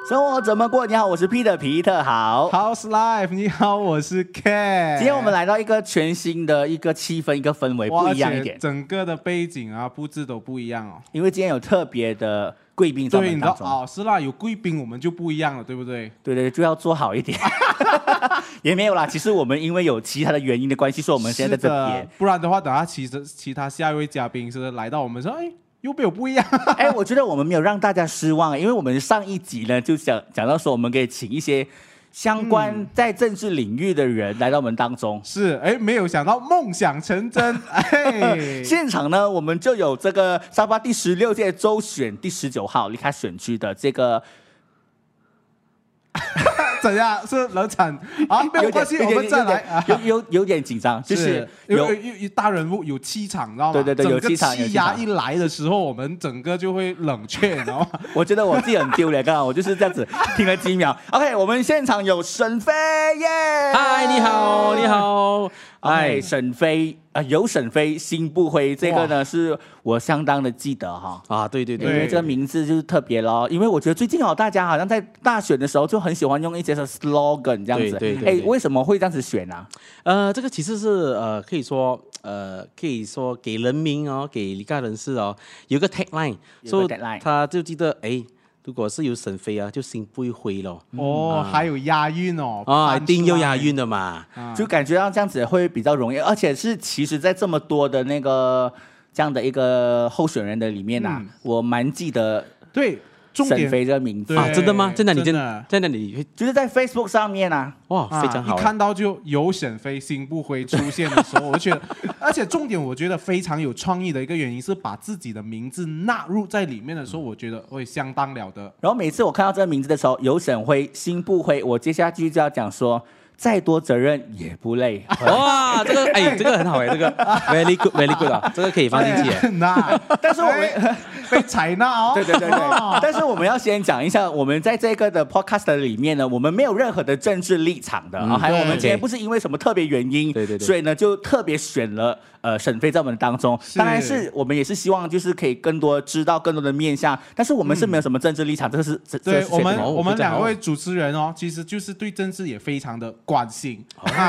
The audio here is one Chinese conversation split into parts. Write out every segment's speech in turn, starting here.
生活怎么过？你好，我是 Peter 皮特好。 How's life？ 你好，我是 Ken。 今天我们来到一个全新的一个气氛，一个氛围不一样一点， 整个的背景啊布置都不一样哦。 因为今天有特别的贵宾在我们当中。 哦，是啦，有贵宾我们就不一样了，对不对？ 对，就要做好一点。也没有啦，其实我们因为有其他的原因的关系，所以我们现在在这边。 不然的话，等下其他下一位嘉宾是来到我们说，哎。又没有不一样。 我觉得我们没有让大家失望，因为我们上一集呢就讲到说，我们可以请一些相关在政治领域的人来到我们当中。 是，没有想到梦想成真。 现场呢，我们就有这个沙巴第16届州选第19号离开选区的这个。 怎样？是冷场啊？没有关系，我们再来。 有点紧张，就是有大人物有气场，知道吗？ 对，有气场。 气压一来的时候，我们整个就会冷却，你知道吗？ 我觉得我自己很丢脸，刚刚我就是这样子听了几秒。OK， 我们现场有沈飞耶！ 嗨，你好，你好。 沈飞有沈飞心不灰，这个呢是我相当的记得哈。 啊，对， 因为这个名字就是特别咯。因为我觉得最近大家好像在大选的时候就很喜欢用一些 slogan 这样子。 对。 为什么会这样子选啊？ 这个其实是可以说给人民给离开人士有个 tagline， 所以他就记得如果是有沈飞就心不会灰咯。 还有押韵一定要押韵的嘛。 就感觉到这样子会比较容易，而且是其实在这么多的那个这样的一个候选人的里面我蛮记得对沈飞这个名字真的吗？在哪里？ 就是在 Facebook 上面哇，非常好。 一看到就有沈飞心不灰出现的时候，我就觉得，而且重点我觉得非常有创意的一个原因是把自己的名字纳入在里面的时候，我觉得会相当了得。 然后每次我看到这个名字的时候，有沈辉心不灰，我接下去就要讲说。再多责任也不累。 哇，这个很好这个 very good 啊，这个可以放进去。 但是我们被采纳对。但是我们要先讲一下，我们在这个的 podcast 里面呢，我们没有任何的政治立场的还有我们今天不是因为什么特别原因， 对， 所以呢就特别选了沈飞在我们当中。当然是我们也是希望就是可以更多知道更多的面向，但是我们是没有什么政治立场，这是对我们两位主持人其实就是对政治也非常的关心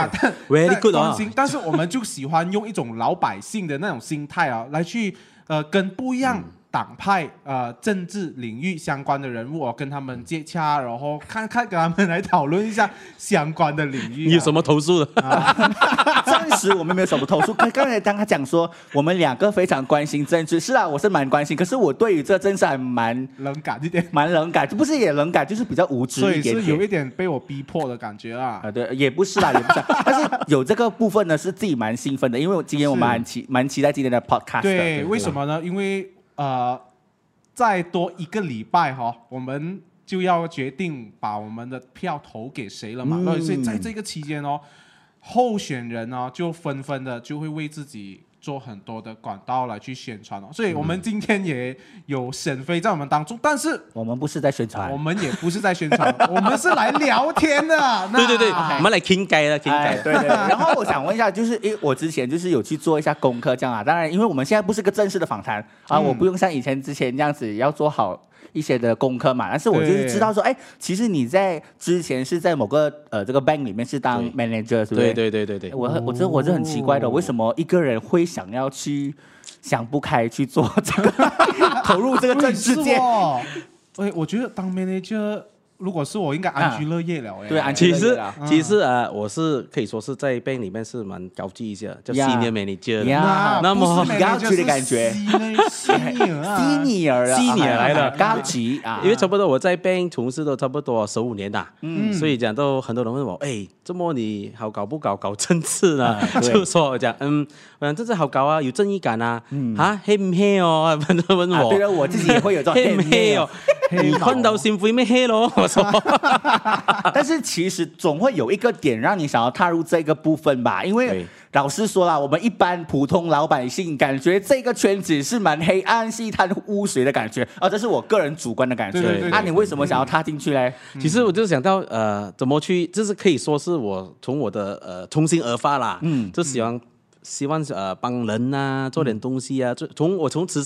very good 关心，但是我们就喜欢用一种老百姓的那种心态来去跟不一样党派政治领域相关的人物跟他们接洽，然后看跟他们来讨论一下相关的领域。 你有什么投诉的？ 暂时我们没有什么投诉。刚才当他讲说我们两个非常关心政治，是我是蛮关心，可是我对于这政治还蛮冷感一点， 蛮冷感，不是也冷感，就是比较无知一点点， 所以是有一点被我逼迫的感觉对，也不是啦，但是有这个部分呢，是自己蛮兴奋的，因为今天我们蛮期待今天的 podcast 的。 对，为什么呢？因为再多1个礼拜我们就要决定把我们的票投给谁了嘛。所以在这个期间候选人就纷纷的就会为自己做很多的管道来去宣传所以我们今天也有沈飞在我们当中，但是我们不是在宣传， 我们也不是在宣传，我们是来聊天的。 对，我们来傾偈了，傾偈。 对。然后我想问一下，就是我之前就是有去做一下功课，这样当然，因为我们现在不是个正式的访谈我不用像之前这样子要做好一些的功课嘛，但是我就是知道说，其实你在之前是在某个这个 bank 里面是当 manager， 是不是？ 对。 我是很奇怪的，为什么一个人会想要去想不开去做这个投入这个政治界？ 我觉得当 manager。如果是我，应该安居乐业了。 对，安居乐业了。 其实我是可以说是在 bank 里面是蛮高级一些，叫 senior manager 那么高级的感觉 ，senior 来了， 高级因为差不多我在 bank 从事都差不多15年了，所以讲到很多人问我，这么你好搞不搞政治呢？就说我讲，政治好搞啊，有正义感黑唔黑反正问我， 对了，我自己也会有这种黑唔黑你看到心灰咩黑咯？我说， 但是其实总会有一个点让你想要踏入这个部分吧，因为老实说啦，我们一般普通老百姓感觉这个圈子是蛮黑暗、是一滩污水的感觉这是我个人主观的感觉。 对你为什么想要踏进去呢？ 其实我就想到怎么去，就是可以说是我从我的从心而发啦，就希望帮人做点东西我从慈善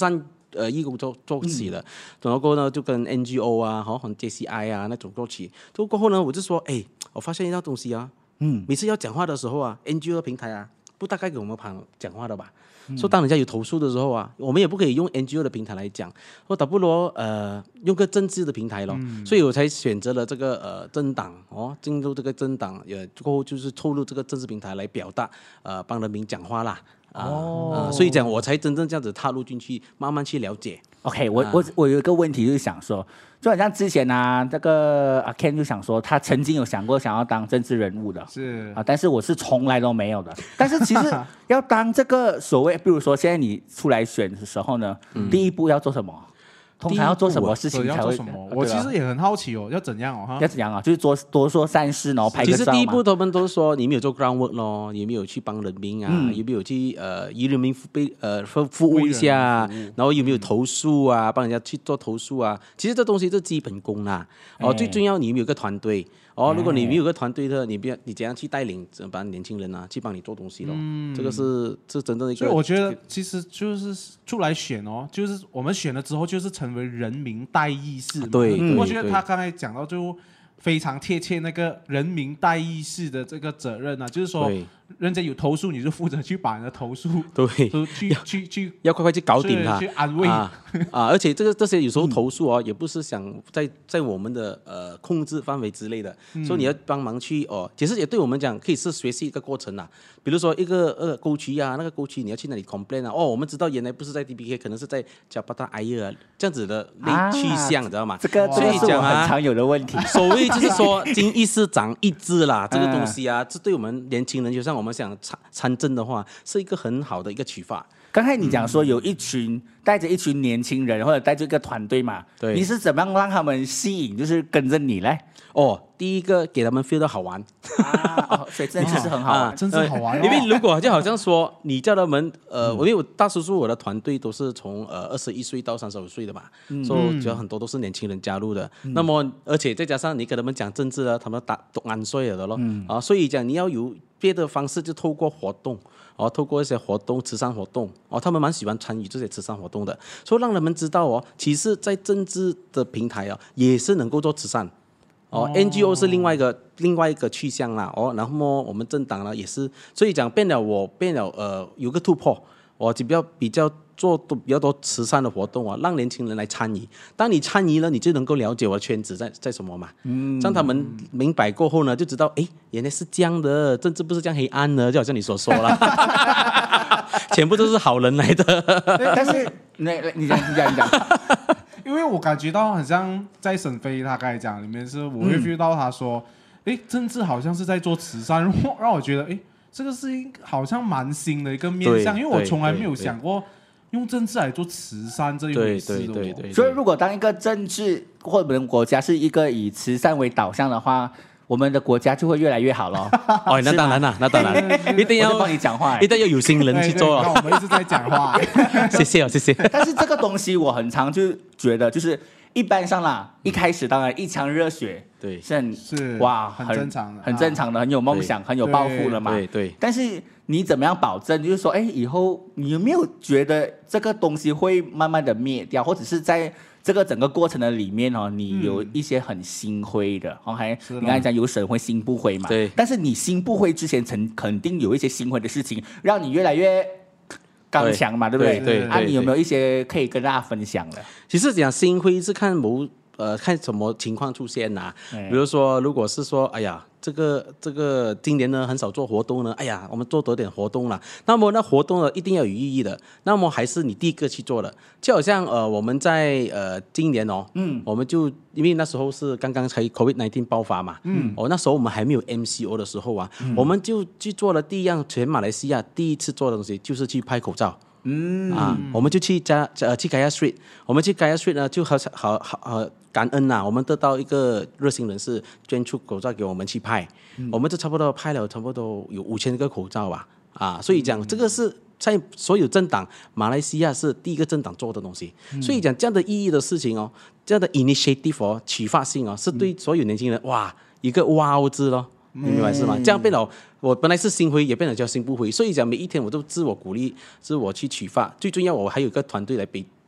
义工做起的，然后过后呢就跟 NGO 啊，好像 JCI 啊那种做起，过后呢我就说，我发现一样东西啊，每次要讲话的时候啊，NGO 的平台啊，不大概给我们讲话的吧？说当人家有投诉的时候啊，我们也不可以用 NGO 的平台来讲，我倒不如用个政治的平台咯，所以我才选择了这个政党进入这个政党，过后就是透露这个政治平台来表达帮人民讲话啦。所以讲我才真正这样子踏入进去，慢慢去了解。 OK， 我有一个问题就是想说，就好像之前啊，这个阿 Ken 就想说，他曾经有想过想要当政治人物的， 是但是我是从来都没有的。但是其实要当这个所谓，比如说现在你出来选的时候呢，第一步要做什么？通常要做什么事情才会？ 我其实也很好奇要怎样要怎样啊？就是多说善事，然后拍个照嘛。 其实第一步他们都说你没有做 groundwork 咯，有没有去帮人民啊？有没有去以人民服务一下？然后有没有投诉啊？帮人家去做投诉啊？其实这东西是基本功啦。最重要你有没有个团队？如果你没有个团队的，你怎样去带领这帮年轻人啊，去帮你做东西咯？这个是真正的一个。 所以我觉得其实就是出来选就是我们选了之后就是成为人民代议士嘛。 对， 我觉得他刚才讲到就非常贴切那个人民代议士的这个责任啊，就是说人家有投诉，你就负责去把人的投诉去要快快去搞定他， 去安慰而且这些有时候投诉也不是想在我们的控制范围之类的，所以你要帮忙去其实也对我们讲可以是学习一个过程啦。比如说一个沟渠啊，那个沟渠你要去哪里 complain 啊？我们知道原来不是在 DBK， 可能是在加巴达埃尔这样子的去向，知道吗？ 这个是我很常有的问题。 所谓就是说经一事长一智啦，这个东西啊，这对我们年轻人，就像我们想参政的话，是一个很好的一个启发。 刚才你讲说有带着一群年轻人或者带着一个团队嘛， 对， 你是怎么样让他们吸引，就是跟着你嘞？ 第一个给他们 feel 到好玩所以政治是很好玩， 真是好玩。 因为如果就好像说你叫他们因为我大多数我的团队都是从21岁到35岁的嘛，所以只要很多都是年轻人加入的。那么而且再加上你跟他们讲政治了，他们都安睡了的咯。所以讲你要有别的方式，就透过活动。透过一些活动，慈善活动他们蛮喜欢参与这些慈善活动的，所以让人们知道其实在政治的平台也是能够做慈善。NGO 是另外一个去向啦。然后我们政党呢也是，所以讲变了有个突破，我就比较做比较多慈善的活动让年轻人来参与。当你参与了，你就能够了解我的圈子在什么嘛。让他们明白过后呢，就知道原来是这样的，政治不是这样黑暗的，就好像你所说了，全部都是好人来的。 但是你讲。 因为我感觉到很像在沈飞他刚才讲里面是，我会 feel 到他说，政治好像是在做慈善，让我觉得，这个是好像蛮新的一个面向，因为我从来没有想过用政治来做慈善这一回事的。 对。 所以如果当一个政治或者我们国家是一个以慈善为导向的话，我们的国家就会越来越好咯。 那当然了，一定要帮你讲话， 一定要有心人去做。 我们一直在讲话， 谢谢。 但是这个东西我很常就觉得，就是一般上啦，一开始当然一腔热血， 对， 是哇， 很正常的， 很正常的，很有梦想，很有抱负了嘛。 对。 但是你怎么样保证，就是说，以后你有没有觉得这个东西会慢慢的灭掉，或者是在这个整个过程的里面你有一些很心灰的，OK？你刚才讲有神会心不灰嘛？ 对。 但是你心不灰之前，肯定有一些心灰的事情，让你越来越刚强嘛，对不对？ 对。 你有没有一些可以跟大家分享的？ 其实讲心灰是看什么情况出现呐？比如说，如果是说，这个今年呢很少做活动呢，我们做多点活动啦。那么那活动呢一定要有意义的，那么还是你第一个去做的。就好像我们在今年我们就因为那时候是刚刚才 COVID-19 爆发嘛，那时候我们还没有 MCO 的时候我们就去做了第一样全马来西亚第一次做的东西，就是去拍口罩。我们就去Gaya Street， 我们去 Gaya Street 呢，就好感恩呐，我们得到一个热心人士捐出口罩给我们去拍，我们就差不多拍了差不多有5000个口罩吧，所以讲这个是在所有政党，马来西亚是第一个政党做的东西，所以讲这样的意义的事情这样的 initiative 启发性是对所有年轻人一个wow字咯。你明白是吗？这样变了，我本来是心灰，也变得叫心不灰。所以讲每一天我都自我鼓励，自我去启发。最重要，我还有一个团队来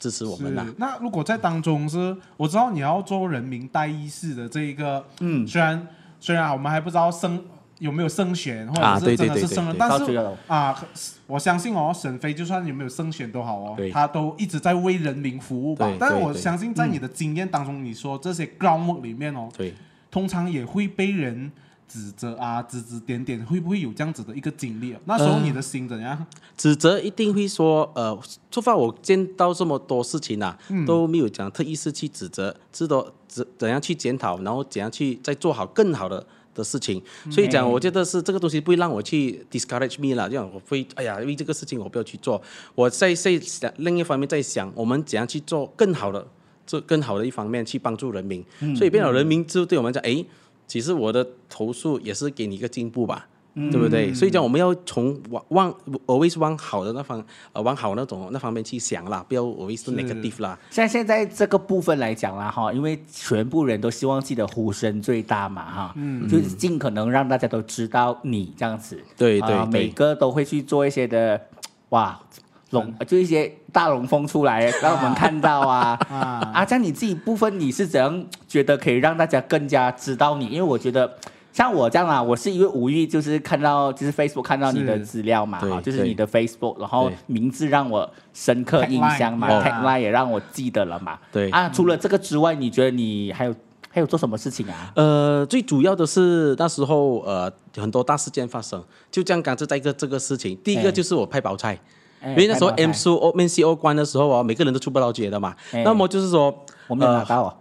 支持我们啦。 那如果在当中我知道你要做人民代议士的这一个，虽然我们还不知道有没有胜选，或者是真的是胜了，但是我相信沈飞就算有没有胜选都好他都一直在为人民服务吧。但是我相信在你的经验当中，你说这些 groundwork 里面通常也会被人指责指指点点，会不会有这样子的一个经历？那时候你的心怎样？ 指责一定会说，出发我见到这么多事情都没有讲特意是去指责，怎样去检讨，然后怎样去再做好更好的事情。所以讲，我觉得是这个东西不会让我去 discourage me 啦，这样我会因为这个事情我不要去做。我在想另一方面在想，我们怎样去做更好的一方面去帮助人民。所以变了人民就对我们讲，其实我的投诉也是给你一个进步吧。对不对？所以讲我们要从always 往好的往好那方面去想啦，不要 always negative 啦。 像现在这个部分来讲啦因为全部人都希望自己的呼声最大嘛就是尽可能让大家都知道你这样子。 对， 每个都会去做一些的就一些大龙凤出来让我们看到像你自己部分你是怎样觉得可以让大家更加知道你？因为我觉得像我这样我是因为无意就是看到就是 Facebook 看到你的资料嘛就是你的 Facebook 然后名字让我深刻印象嘛 Tagline 也让我记得了嘛。 对除了这个之外，你觉得你还有做什么事情最主要的是那时候很多大事件发生，就这样刚才在这个事情，第一个就是我拍包菜。因为那时候 MCO 关的时候每个人都出不到街的嘛。那么就是说我没有拿到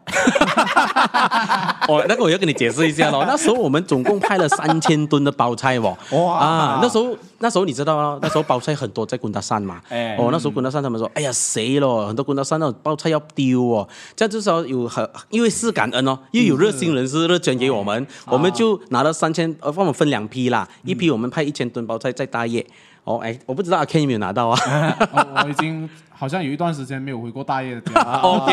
那个我要跟你解释一下那时候我们总共派了3000吨的包菜那时候你知道那时候包菜很多在滚达山嘛。那时候滚达山他们说谁了，很多滚达山那种包菜要丢这样就是说因为是感恩又有热心人士热捐给我们，我们就拿了3000帮我们分2批啦，一批我们派1000吨包菜在大叶。我不知道阿 Ken 有没有拿到我已经好像有一段时间没有回过大叶的家。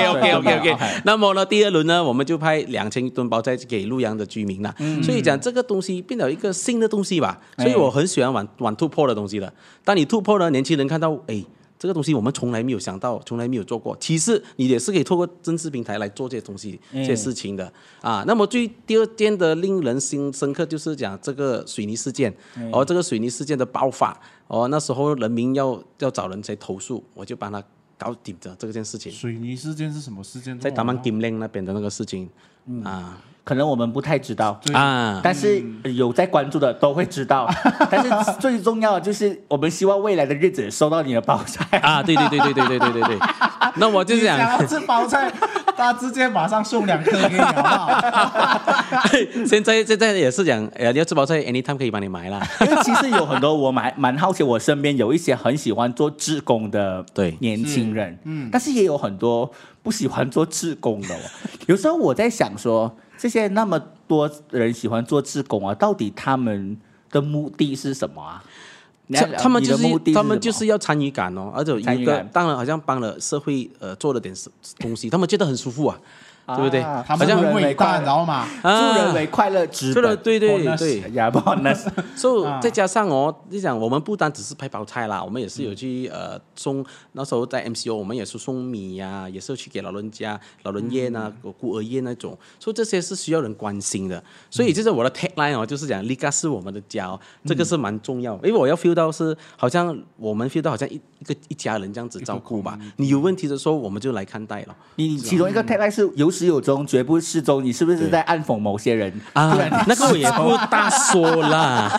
OK。那么呢，第二轮呢，我们就派2000吨包菜给陆阳的居民了。所以讲这个东西变了一个新的东西吧。所以我很喜欢玩突破的东西的。当你突破了，年轻人看到这个东西我们从来没有想到，从来没有做过。其实你也是可以透过政治平台来做这些东西、这些事情的那么第二件的令人心深刻就是讲这个水泥事件。这个水泥事件的爆发那时候人民要找人才投诉，我就帮他搞定的这件事情。 水泥事件是什么事件？ 在达曼金陵那边的那个事情可能我们不太知道但是有在关注的都会知道。但是最重要的就是我们希望未来的日子收到你的包菜对。那我就想要吃包菜，他直接马上送2颗给你好不好？ 现在也是讲要吃包菜 anytime 可以帮你买啦。 因为其实有很多我蛮好奇，我身边有一些很喜欢做志工的年轻人但是也有很多不喜欢做志工的有时候我在想说，这些那么多人喜欢做志工到底他们的目的是什么他们就是要参与感而且有一个当然好像帮了社会做了点东西，他们觉得很舒服对不对？ 他们很伟大，你知道吗？ 助人为快乐之本。 对。 所以再加上就讲我们不单只是拍包菜啦，我们也是有去送，那时候在 MCO 我们也是送米也是去给老人家、老人院孤儿院那种，所以这些是需要人关心的。所以就是我的 tagline 就是讲 Liga 是我们的家这个是蛮重要的，因为我要 feel 到是好像我们 feel 到好像一家人这样子照顾吧。你有问题的时候我们就来看待了。 你其中一个 tagline 是有始有终，绝不失踪，你是不是在暗讽某些人那个我也不大说啦。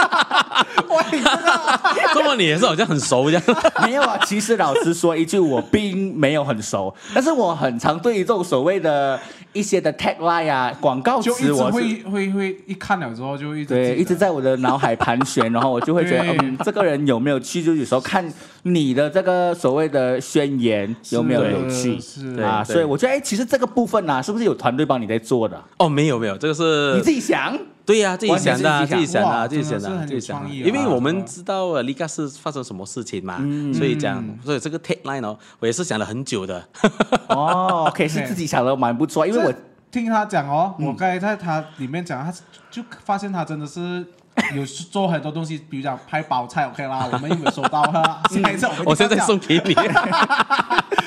这么你也是好像很熟这样？ 没有其实老实说一句，我并没有很熟，但是我很常对于这种所谓的一些的 tagline 广告词，我会一看了之后就一直在我的脑海盘旋，然后我就会觉得这个人有没有趣，就有时候看你的这个所谓的宣言有没有趣所以我觉得其实这个部分是不是有团队帮你在做的？ 没有，这个是你自己想。 对自己想的，自己想的， 因为我们知道Liga 是发生什么事情嘛，所以这个 tagline 我也是想了很久的。 OK 是自己想的蛮不错，因为我听他讲我刚才在他里面讲，他就发现他真的是有做很多东西，比如讲拍包菜 OK 啦，我们有没有收到下一次我现在送给你。 OK，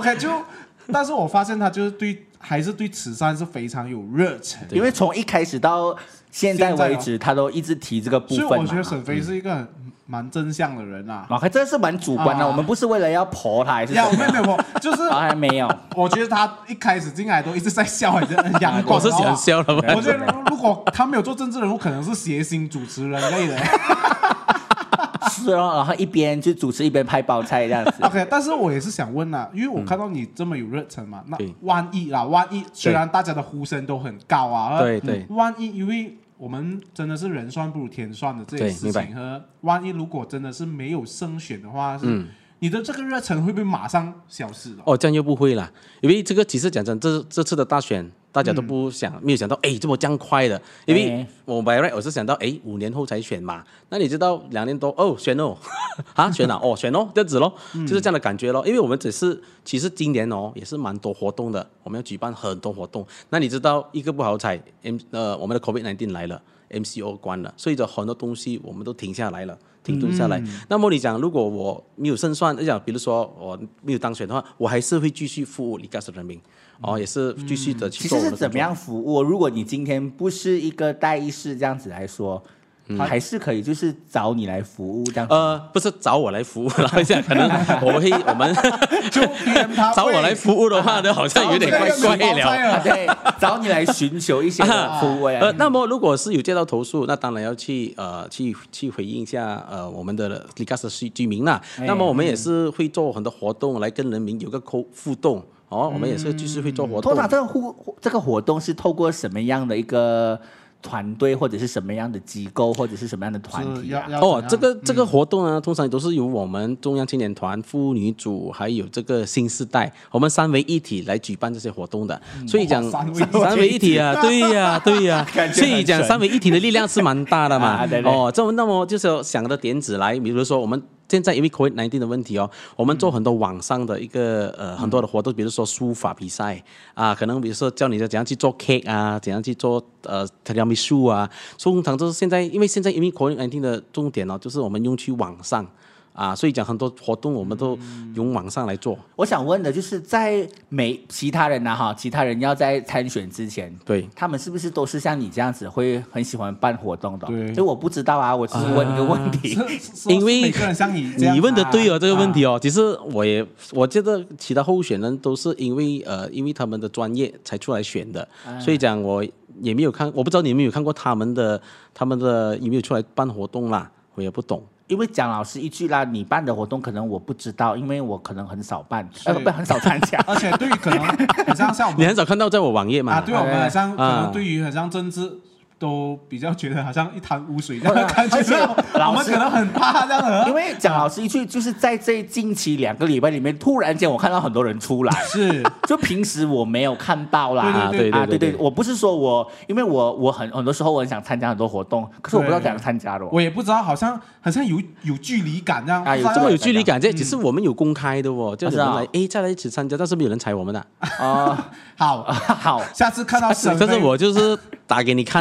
OK， 但是我发现他就是还是对慈善是非常有热忱， 因为从一开始到现在为止，他都一直提这个部分嘛。 所以我觉得沈飞是一个蛮正向的人啊。 OK， 这是蛮主观的，我们不是为了要婆他，还是没有，就是还没有。 我觉得他一开始进来都一直在笑，很阳光。 我是喜欢笑的嘛。 我觉得如果他没有做政治人物，可能是谐星主持人类的。 是哦，然后一边就主持一边拍包菜这样子。 OK， 但是我也是想问啊，因为我看到你这么有热忱嘛，那万一虽然大家的呼声都很高啊， 对， 万一因为我们真的是人算不如天算的这些事情，和万一如果真的是没有胜选的话，你的这个热忱会不会马上消失了？ 哦，这样又不会啦，因为这个其实讲真，这次的大选。大家都没有想到，这么这样快的，因为我本来我是想到，5年后才选嘛，那你知道2年多选哦，选了选哦，这样子咯，就是这样的感觉咯。因为我们其实今年也是蛮多活动的，我们要举办很多活动。那你知道一个不好彩，我们的 COVID-19 来了 ，MCO 关了，所以很多东西我们都停下来了。停顿下来。那么你讲，如果我没有胜算，比如说我没有当选的话，我还是会继续服务里加斯人民，也是继续的去做。 其实是怎么样服务？如果你今天不是一个代议士这样子来说。还是可以，就是找你来服务这样。 不是找我来服务，然后这样可能我们就找我来服务的话呢，好像有点怪怪了。 对，找你来寻求一些服务。 那么如果是有接到投诉，那当然要去回应一下我们的里加斯居民啦。那么我们也是会做很多活动来跟人民有个互动。我们也是继续会做活动。 通常这个活动是透过什么样的一个团队或者是什么样的机构或者是什么样的团体啊？ 这个活动呢，通常都是由我们中央青年团、妇女组还有这个新世代，我们3位一体来举办这些活动的。所以讲3位一体啊，对呀，所以讲3位一体的力量是蛮大的嘛。那么就是想的点子来，比如说我们。现在因为 COVID-19 的问题我们做很多网上的一个很多的活动，比如说书法比赛啊，可能比如说教你怎样去做 cake 啊，怎样去做tiramisu 啊，通常都是现在因为 COVID-19 的重点就是我们用去网上。所以讲很多活动我们都用网上来做。 我想问的就是在其他人其他人要在参选之前， 对， 他们是不是都是像你这样子会很喜欢办活动的？ 对， 所以我不知道我只是问一个问题， 因为每个人像你这样你问的对这个问题其实我觉得其他候选人都是因为他们的专业才出来选的，所以讲我也没有看，我不知道你有没有看过他们的有没有出来办活动啦，我也不懂。 因为讲老实一句啦，你办的活动可能我不知道，因为我可能很少办，很少参加。 而且对于可能很像我们， 你很少看到在我网页嘛？ 对我们好像可能对于很像政治都比较觉得好像一潭污水这样的感觉，我们可能很怕这样的。 因为讲老实一句，就是在这近期2个礼拜里面，突然间我看到很多人出来， 是就平时我没有看到啦。 对， 我不是说因为我很多时候我很想参加很多活动，可是我不知道怎样参加的。 我也不知道，好像有距离感这样。 这么有距离感，这只是我们有公开的叫人来再来一起参加，但是没有人踩我们的。 好，下次看到沈飞， 但是我就是打给你看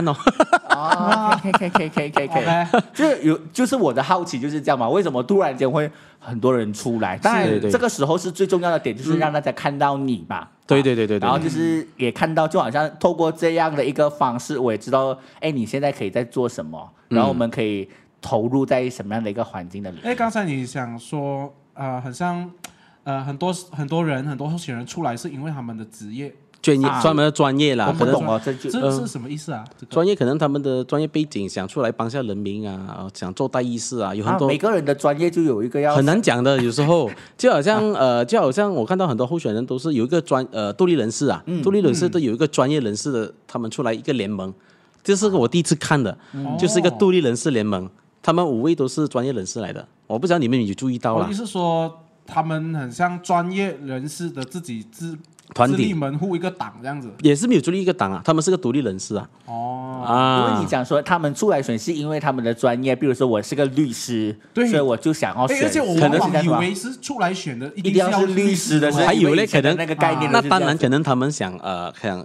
可以，就是我的好奇就是这样嘛？为什么突然间会很多人出来？当然，这个时候是最重要的点，就是让大家看到你嘛。 对， 然后就是也看到，就好像透过这样的一个方式，我也知道，你现在可以在做什么，然后我们可以投入在什么样的一个环境的里面。 刚才你想说，很像很多人很多候选人出来是因为他们的职业。 专门的专业啦， 我不懂这是什么意思啊？ 专业可能他们的专业背景想出来帮下人民想做代议士有很多每个人的专业就有一个很难讲的，有时候就好像我看到很多候选人都是有一个独立人士独立人士都有一个专业人士的，他们出来一个联盟，这是我第一次看的，就是一个独立人士联盟，他们5位都是专业人士来的，我不知道你们有注意到啦。 你是说他们很像专业人士的自立门户一个党这样子， 也是没有独立一个党他们是个独立人士因为你讲说他们出来选是因为他们的专业，比如说我是个律师，所以我就想要选。 而且我往往以为是出来选的一定要是律师的， 还有嘞，可能那个概念。 那当然可能他们想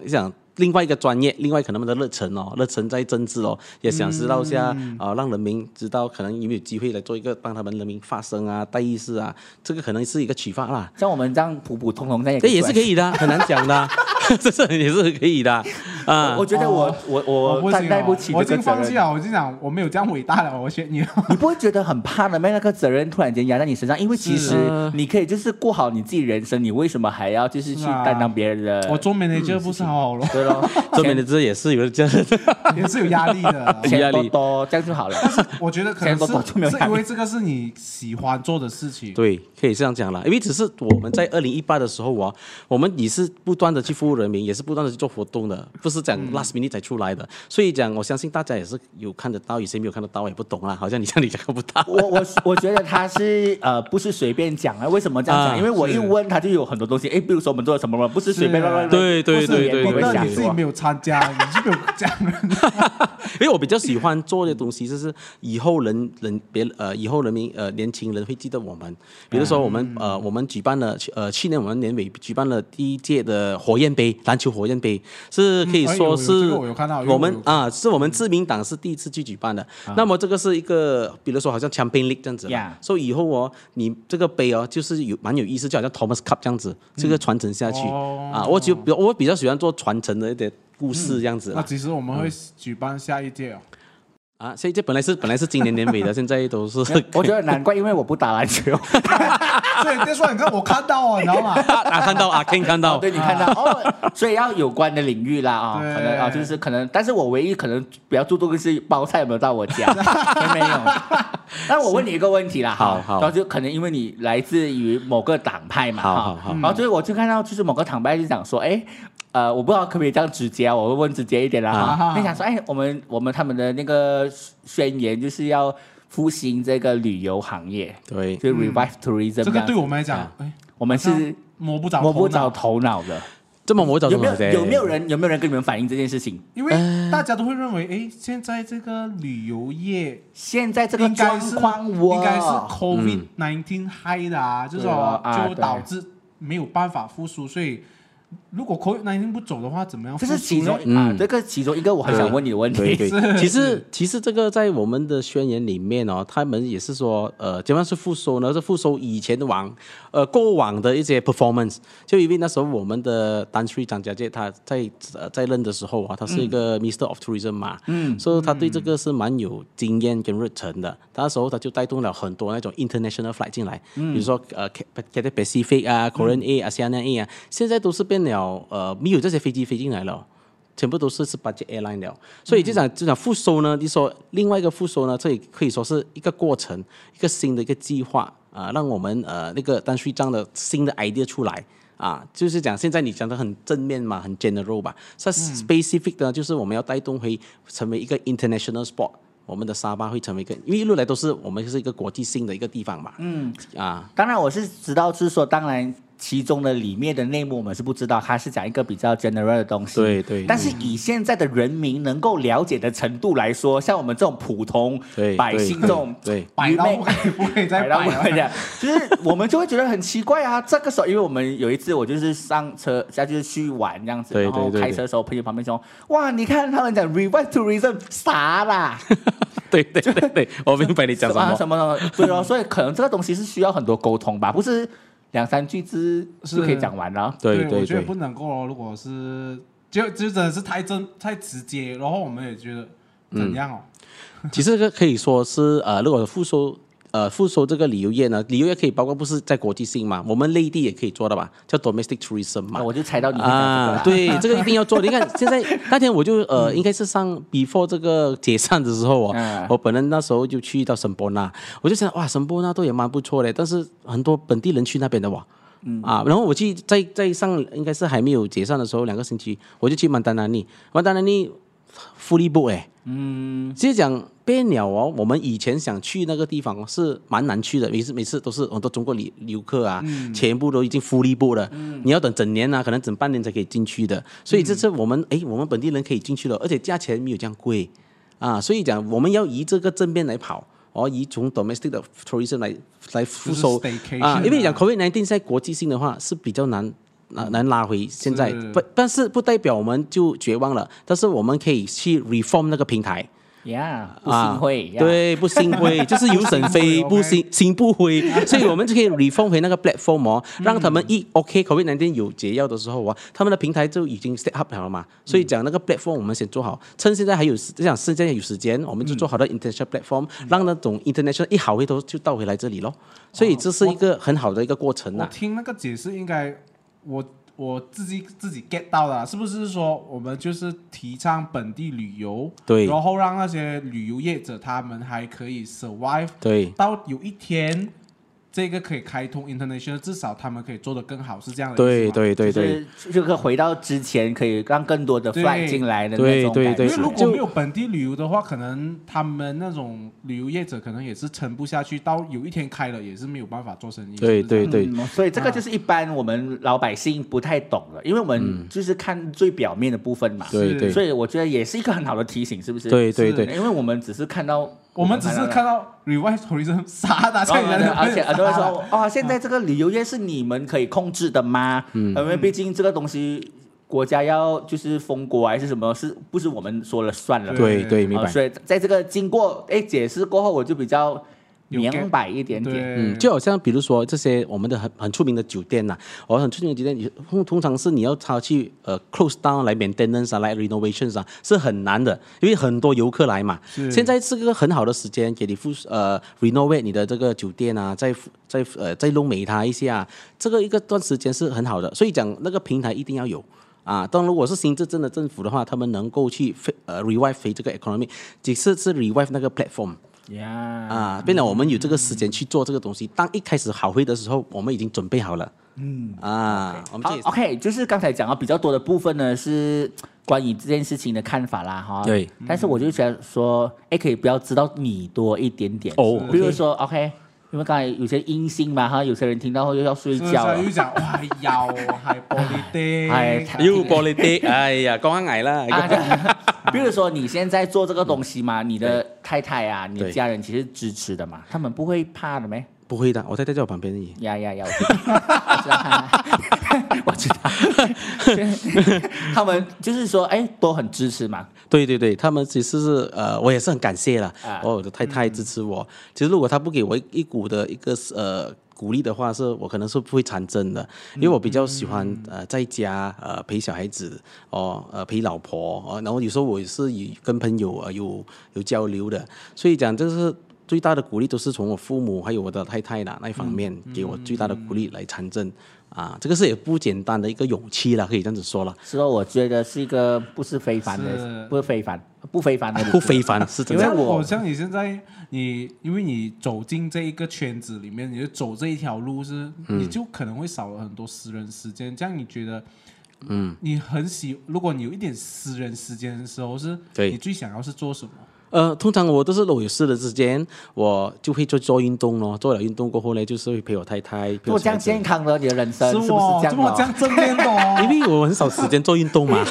另外一个专业，另外可能他们的热忱哦，热忱在政治哦，也想知道一下让人民知道可能有没有机会来做一个帮他们人民发声啊、代议士啊，这个可能是一个启发啦。 像我们这样普普通通在这也是可以的，很难讲的，这是也是可以的啊。 我觉得我担待不起这个责任。 我已经放弃了，我就讲我没有这样伟大了，我选你。 你不会觉得很怕的吗？那个责任突然间压在你身上，因为其实你可以就是过好你自己人生，你为什么还要就是去担当别人的？ 我做 manager 不是好好了？ 对咯， 做 manager 也是有这样也是有压力的， 钱多多这样就好了。 但是我觉得可能是因为这个是你喜欢做的事情。 对，可以这样讲了。因为只是我们在2018的时候啊，我们也是不断的去服务人民，也是不断的去做活动的，不是讲 last minute 才出来的。所以讲，我相信大家也是有看得到，有些没有看得到，也不懂啦。好像你讲看不到。 我觉得他是不是随便讲啊？为什么这样讲？因为我一问他就有很多东西，哎，比如说我们做了什么，不是随便乱乱。 对， 你自己没有参加，你就没有这样。 因为我比较喜欢做的东西，就是以后以后人民年轻人会记得我们。比如说我们举办了去年我们年尾举办了第1届的火焰杯篮球火焰杯，是可以说是我们是我们自民党是第一次去举办的。那么这个是一个比如说好像 Champion League 这样子啦，所以以后你这个杯就是蛮有意思，就好像 Thomas Cup 这样子，这个传承下去我比较喜欢做传承的一点故事这样子。 那其实我们会举办下一届下一届本来是今年年尾的，现在都是。 我觉得难怪，因为我不打篮球。 所以别说你看我看到你知道吗？ 看到Ken 看到， 对你看到所以要有关的领域啦可能就是可能，但是我唯一可能比较注重的是包菜有没有到我家，没有。那我问你一个问题啦， 好， 然后就可能因为你来自于某个党派嘛， 好， 然后所以我就看到就是某个党派就讲说，我不知道可不可以这样直接我会问直接一点啦就想说，我们他们的那个宣言就是要复兴这个旅游行业， 对， 就 revive tourism。 这个对我们来讲， 我们是摸不着头脑的。 这么摸不着头脑有没有人跟你们反映这件事情？ 因为大家都会认为，现在这个旅游业， 现在这个状况应该是 COVID-19 害的就是就导致没有办法复苏，所以。如果 COVID-19 不走的话，怎么样？ 这是其中这个其中一个我很想问你的问题。 对，其实这个在我们的宣言里面他们也是说，怎样是复收呢？是复收以前过往的一些 performance。就因为那时候我们的丹瑞张家界他在任的时候他是一个 Minister of Tourism 嘛，所以他对这个是蛮有经验跟热忱的。那时候他就带动了很多那种 international flight 进来，比如说Cathay Pacific Korean Air、ASEAN Air 现在都是变了没有这些飞机飞进来了，全部都是 budget airline 了。所以就讲复收呢，你说另外一个复收呢，这也可以说是一个过程，一个新的一个计划让我们那个单税账的新的 idea 出来就是讲现在你讲的很正面嘛，很 general 吧，是 specific 的，就是我们要带动会成为一个 international sport。我们的沙巴会成为因为一路来都是我们是一个国际性的一个地方嘛。 当然我是知道，就是说，当然其中的里面的内幕我们是不知道，它是讲一个比较 general 的东西。 对。 但是以现在的人民能够了解的程度来说，像我们这种普通百姓这种， 摆到不可以再摆了， 就是我们就会觉得很奇怪啊。这个时候，因为我们有一次我就是上车下就是去玩这样子，然后开车的时候，朋友旁边说：“哇，你看他们讲 revive tourism 啥啦？” 对，我明白你讲什么对哦，所以可能这个东西是需要很多沟通吧，不是2-3句字就可以讲完了。 对，我觉得不能够如果是就真的是太直接，然后我们也觉得怎样其实这个可以说是如果复收这个旅游业呢，旅游业可以包括不是在国际性嘛，我们内地也可以做的吧，叫 domestic tourism 嘛。 我就猜到你会讲这个对，这个一定要做。你看现在那天我就应该是before 这个解散的时候我本人那时候就去到圣波纳，我就想哇，圣波纳都也蛮不错的，但是很多本地人去那边的然后我去在上应该是还没有解散的时候2个星期，我就去曼丹纳尼fully book 其实讲变了我们以前想去那个地方是蛮难去的，每次都是很多中国游客全部都已经fully book了，你要等整年可能整半年才可以进去的。所以这次我们本地人可以进去了，而且价钱没有这样贵所以讲我们要以这个正面来跑以从 domestic 的 tourism 来复收因为讲 COVID-19 在国际性的话是比较难能拉回现在是， 但是不代表我们就绝望了，但是我们可以去 reform 那个平台。 不心灰， 对，不心灰，就是有审非，不心不灰，所以我们就可以 reform 回那个 platform 让他们OK COVID-19 有解药的时候他们的平台就已经 set up 了嘛，所以讲那个 platform 我们先做好，趁现在还有剩下有时间，我们就做好的 international platform，让那种 international 一好回头就到回来这里咯，所以这是一个很好的一个过程我听那个解释应该我自己 get 到的，是不是说我们就是提倡本地旅游， 对， 然后让那些旅游业者他们还可以 survive， 对， 到有一天这个可以开通 international， 至少他们可以做得更好，是这样的意思吗？ 对，就可以回到之前，可以让更多的 flight 进来的那种感觉。 因为如果没有本地旅游的话，可能他们那种旅游业者可能也是撑不下去，到有一天开了也是没有办法做生意。 对， 所以这个就是一般我们老百姓不太懂的，因为我们就是看最表面的部分嘛。 对， 所以我觉得也是一个很好的提醒，是不是？ 对， 因为我们只是看到。 我们只是看到 revive tourism 傻打在而且很多人说现在这个旅游业是你们可以控制的吗？因为毕竟这个东西国家要就是封国还是什么，是不是我们说了算了？ 对，明白。 所以在这个经过解释过后，我就比较明白一点点。 就好像比如说这些我们的很出名的酒店很出名的酒店，通常是你要他去close down 来 maintenance 来 renovations 是很难的，因为很多游客来嘛。现在是个很好的时间给你renovate 你的这个酒店再弄美它一下，这个一个段时间是很好的，所以讲那个平台一定要有。当如果是新执政的政府的话，他们能够去revive 回这个 economy， 只是revive 那个 platform。变得我们有这个时间去做这个东西。当一开始好会的时候，我们已经准备好了。我们 OK， 就是刚才讲到比较多的部分呢，是关于这件事情的看法啦，哈。 对。 但是我就想说，可以不要知道你多一点点比如说 OK。因为刚才有些阴性嘛有些人听到后又要睡觉了， 又講哇又係玻璃的， 又玻璃的，哎呀，講下矮啦。 比如說你現在做這個東西嘛，你的太太啊，你的家人其實支持的嘛，他們不會怕的咩？ 不會的，我太太在我旁邊而已。 我知道，他們就是說，都很支持嘛。 對，他們其實是我也是很感謝啦。我的太太支持我。其實如果他不給我一股的一個鼓勵的話，我可能是不會產生的，因為我比較喜歡在家陪小孩子陪老婆然後有時候我也是跟朋友有交流的，所以講這是最大的鼓勵都是從我父母還有我的太太那一方面給我最大的鼓勵來產生。這個是也不簡單的一個勇氣啦，可以這樣子說了。 是哦，我覺得是一個不非凡的，不非凡是真的。 因為我像你現在因為你走進這一個圈子裡面，你就走這一條路你就可能會少了很多私人時間。這樣你覺得你如果你有一點私人時間的時候，你最想要是做什麼？ 通常我都是有事的之間，我就會做運動咯。做了運動過後呢，就是會陪我太太。 做這樣健康的你的人生是不是這樣？ 怎麼這樣正面的？ 因為我很少時間做運動嘛。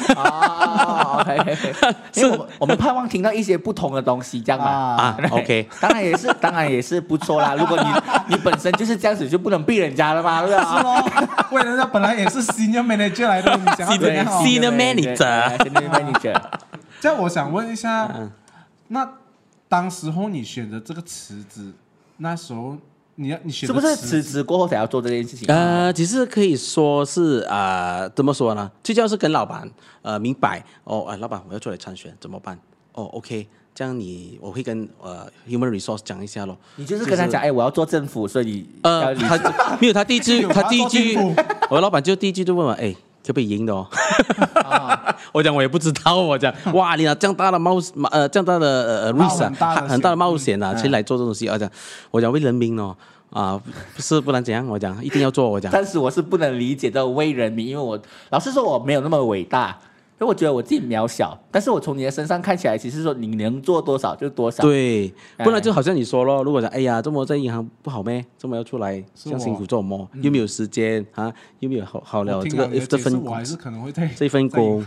OK， 因為我們盼望聽到一些不同的東西，這樣嘛。 OK， 當然也是不錯啦。如果你本身就是這樣子，就不能逼人家了嘛，對吧？ 是咯，喂，人家本來也是 senior manager 來的，你想要怎樣 ？Senior manager。 這樣我想問一下。那當時候你選擇這個辭職，那時候你選擇是不是辭職過後才要做這件事情？ 其實可以說是怎麼說呢？最主要是跟老闆明白老闆我要出來參選怎麼辦？OK， 這樣我會跟human resource 講一下咯。 你就是跟他講，我要做政府，所以他第一句，我老闆就第一句就問我，可不可以贏的我講我也不知道，我講哇，你這樣大的這樣大的risk 很大的冒險去來做這東西，我講為人民不然怎樣？我講一定要做，我講。 但是我是不能理解到為人民，因為我老實說我沒有那麼偉大。因為我覺得我自己渺小，但是我從你的身上看起來，其實說你能做多少就多少。 對，不然就好像你說咯，如果講，這麼在銀行不好咩？這麼要出來這樣辛苦做什麼？又沒有時間有沒有好了這份我還是可能會這份工。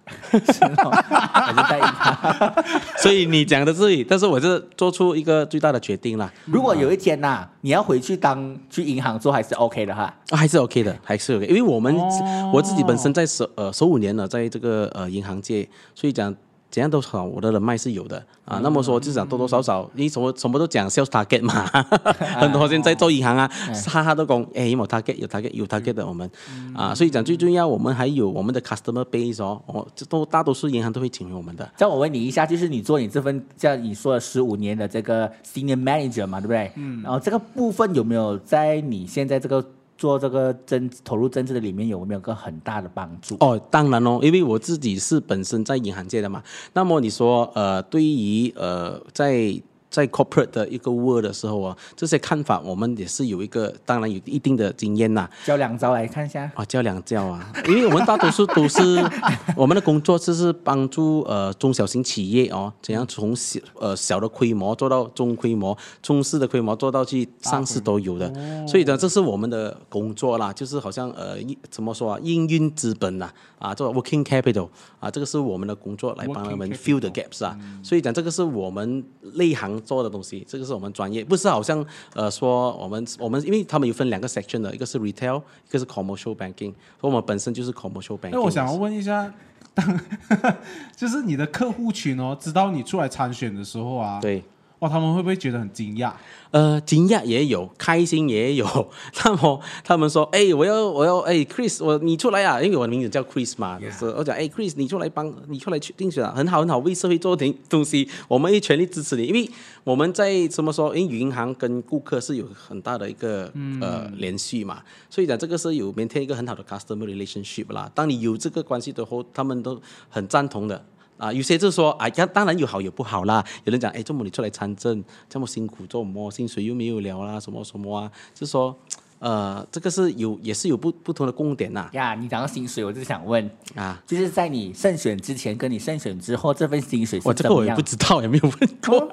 是哦，还是在银行。 所以你讲的对，但是我是做出一个最大的决定啦， 如果有一天呐、你要回去去银行做，还是 OK 的哈。 还是 OK 的，还是 OK，因为我自己本身在15年了，在这个银行界，所以讲怎样都好，我的人脉是有的啊。那么说就讲多多少少，你什么都讲 sales target 嘛，很多现在做银行啊，哈哈都讲有没有 target 有 target 的我们啊，所以讲最重要，我们还有我们的 customer base 大多数银行都会请我们的。 这样我问你一下，就是你做你这份像你说的15年的这个 senior manager 嘛，对不对？然后这个部分有没有在你现在这个做这个投入政治的里面有没有个很大的帮助？ 哦，当然因为我自己是本身在银行界的嘛。那么你说对于在 corporate 的一个 world 的时候啊，这些看法我们也是有当然有一定的经验呐。 教两招来看一下。 教两招啊，因为我们大多数都是我们的工作就是帮助中小型企业怎样从小的规模做到中规模，中式的规模做到去上市都有的。所以呢，这是我们的工作啦，就是好像怎么说啊，营运资本呐做 working capital 这个是我们的工作，来帮他们 fill the gaps 所以讲这个是我们内行做的东西，这个是我们专业，不是好像说我们，因为他们有分2个 section 的，一个是 retail， 一个是 commercial banking， 所以我们本身就是 commercial banking。 那我想要问一下，就是你的客户群知道你出来参选的时候啊， 对， 他们会不会觉得很惊讶？ 惊讶也有，开心也有。他们说，我要，Chris， 你出来啊，因为我的名字叫 Chris 嘛，我讲，Chris， 你出来竞选啊，很好，为社会做点东西，我们会全力支持你，因为我们在怎么说，因为银行跟顾客是有很大的一个联系嘛，所以讲这个是有maintain一个很好的 customer relationship 啦。当你有这个关系的后，他们都很赞同的。有些就说当然有好有不好啦。有人讲，这么你出来参政，这么辛苦做什么？薪水又没有了啦，什么什么啊？就说这个是也是有不同的共点呐。 你讲到薪水，我就想问就是在你胜选之前跟你胜选之后，这份薪水是怎么样？ 这个我也不知道，也没有问过。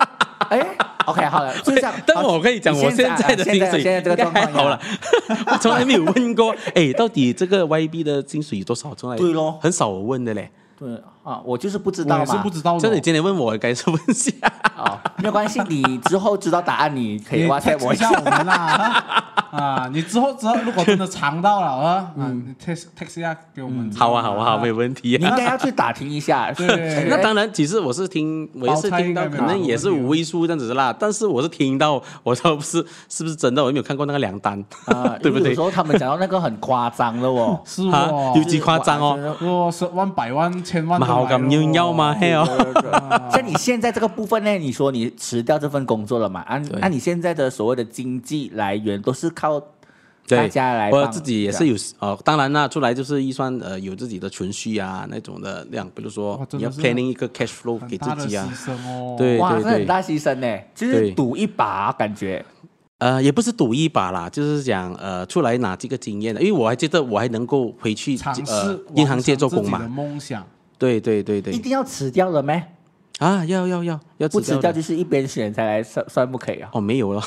OK， 好了，就这样。 但我可以讲，我现在的薪水现在这个状况好了，我从来没有问过。到底这个 YB 的薪水有多少？从来对咯， 很少我问的嘞。 对我就是不知道嘛， 我也是不知道。 这你今天问我，该是问一下。 没有关系，你之后知道答案，你可以WhatsApp我一下我们啦。你之后如果真的尝到了你 text 一下给我们。 好啊，没有问题。 你应该要去打听一下。 对， 那当然，其实我也是听到，可能也是5位数这样子啦。但是我是听到，我说是不是真的？我也没有看过那个粮单对不对？ 有时候他们讲到那个很夸张的是有几夸张 10万、100万、1000万， 好咁要吗？ 像你现在这个部分呢，你说你辞掉这份工作了嘛？那你现在的所谓的经济来源都是靠大家来帮？ 我自己也是有当然啦，出来就是预算有自己的存续那种的量，比如说你要 planning 一个 cash flow 给自己对， 哇，这很大牺牲呢，就是赌一把感觉。 也不是赌一把啦，就是讲出来拿这个经验的，因为我还觉得我还能够回去银行界做工嘛。 梦想。 对， 一定要辞掉了没？ 要不辞掉就是一边选才来算不可以啊？ 没有了。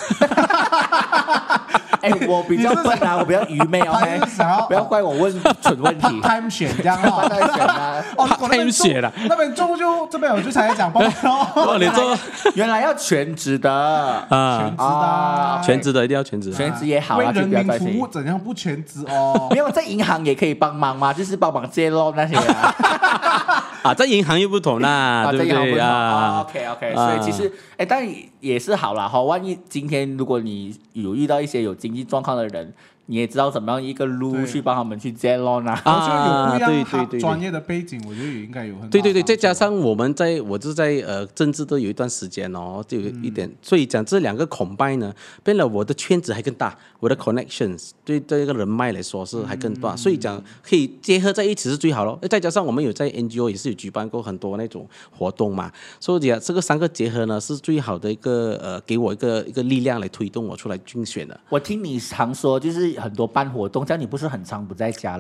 我比较笨我比较愚昧不要怪我问蠢问题。 time 选这样 time 选了， 那边中就这边我就才讲报告。 你做原来要全职的全职的一定要全职， 全职也好为人民服务，怎样不全职没有在银行也可以帮忙吗？就是帮忙揭露那些在银行又不同啦，对不对 ？OK， 所以其实但也是好啦万一今天如果你有遇到一些有经济状况的人，你也知道怎么样一个路去帮他们去接 loan 我觉得有不一样专业的背景，我觉得也应该有很对，再加上我就是在政治都有一段时间就有一点，所以讲这2个 combine 呢，变了我的圈子还更大，我的 connections 对这个人脉来说是还更大，所以讲可以结合在一起是最好咯。再加上我们有在 NGO 也是有举办过很多那种活动嘛，所以讲这个3个结合呢是最好的一个给我一个力量来推动我出来竞选的。 我听你常说就是很多办活动，这样你不是很常不在家咯？